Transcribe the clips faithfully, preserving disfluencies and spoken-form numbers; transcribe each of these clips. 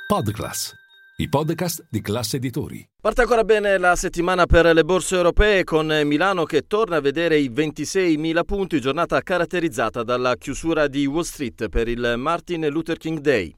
Podclass, i podcast di Classe Editori. Parte ancora bene la settimana per le borse europee, con Milano che torna a vedere i ventiseimila punti, giornata caratterizzata dalla chiusura di Wall Street per il Martin Luther King Day.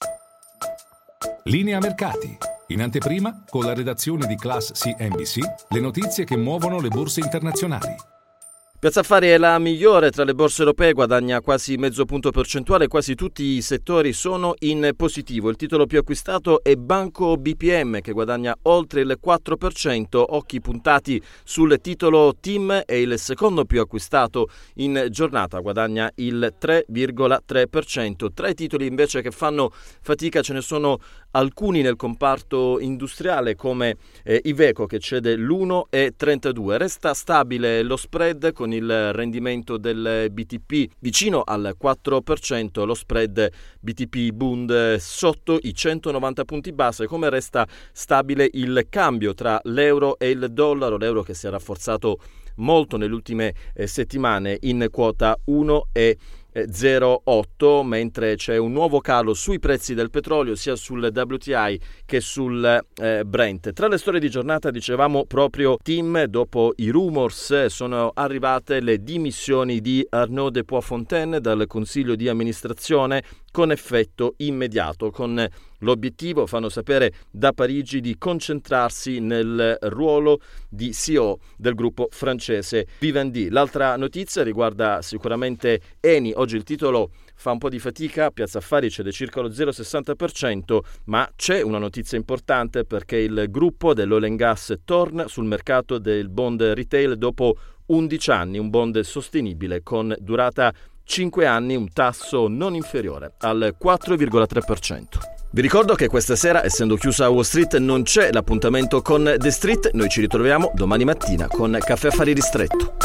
Linea mercati. In anteprima, con la redazione di Class C N B C, le notizie che muovono le borse internazionali. Piazza Affari è la migliore tra le borse europee, guadagna quasi mezzo punto percentuale, quasi tutti i settori sono in positivo. Il titolo più acquistato è Banco B P M che guadagna oltre il quattro per cento, occhi puntati sul titolo T I M, è il secondo più acquistato in giornata, guadagna il tre virgola tre per cento. Tra i titoli invece che fanno fatica ce ne sono alcuni nel comparto industriale come eh, Iveco che cede l'uno virgola trentadue. Resta stabile lo spread con il rendimento del B T P vicino al quattro per cento, lo spread B T P Bund sotto i centonovanta punti base, come resta stabile il cambio tra l'euro e il dollaro, l'euro che si è rafforzato molto nelle ultime eh, settimane in quota uno virgola zero otto, mentre c'è un nuovo calo sui prezzi del petrolio sia sul W T I che sul eh, Brent. Tra le storie di giornata dicevamo proprio T I M, dopo i rumors sono arrivate le dimissioni di Arnaud de Poisfontaine dal consiglio di amministrazione con effetto immediato, con l'obiettivo, fanno sapere da Parigi, di concentrarsi nel ruolo di C E O del gruppo francese Vivendi. L'altra notizia riguarda sicuramente Eni. Oggi il titolo fa un po' di fatica, Piazza Affari cede circa lo zero virgola sessanta per cento, ma c'è una notizia importante perché il gruppo dell'oil and gas torna sul mercato del bond retail dopo undici anni, un bond sostenibile con durata cinque anni, un tasso non inferiore al quattro virgola tre per cento. Vi ricordo che questa sera, essendo chiusa Wall Street, non c'è l'appuntamento con The Street. Noi ci ritroviamo domani mattina con Caffè Affari Ristretto.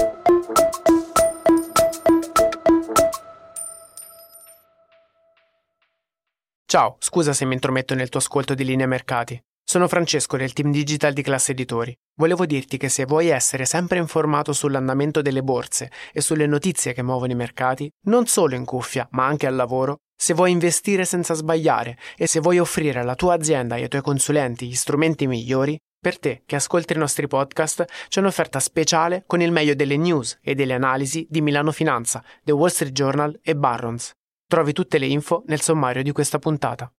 Ciao, scusa se mi intrometto nel tuo ascolto di Linea Mercati. Sono Francesco del team digital di Classe Editori. Volevo dirti che se vuoi essere sempre informato sull'andamento delle borse e sulle notizie che muovono i mercati, non solo in cuffia, ma anche al lavoro, se vuoi investire senza sbagliare e se vuoi offrire alla tua azienda e ai tuoi consulenti gli strumenti migliori, per te che ascolti i nostri podcast c'è un'offerta speciale con il meglio delle news e delle analisi di Milano Finanza, The Wall Street Journal e Barron's. Trovi tutte le info nel sommario di questa puntata.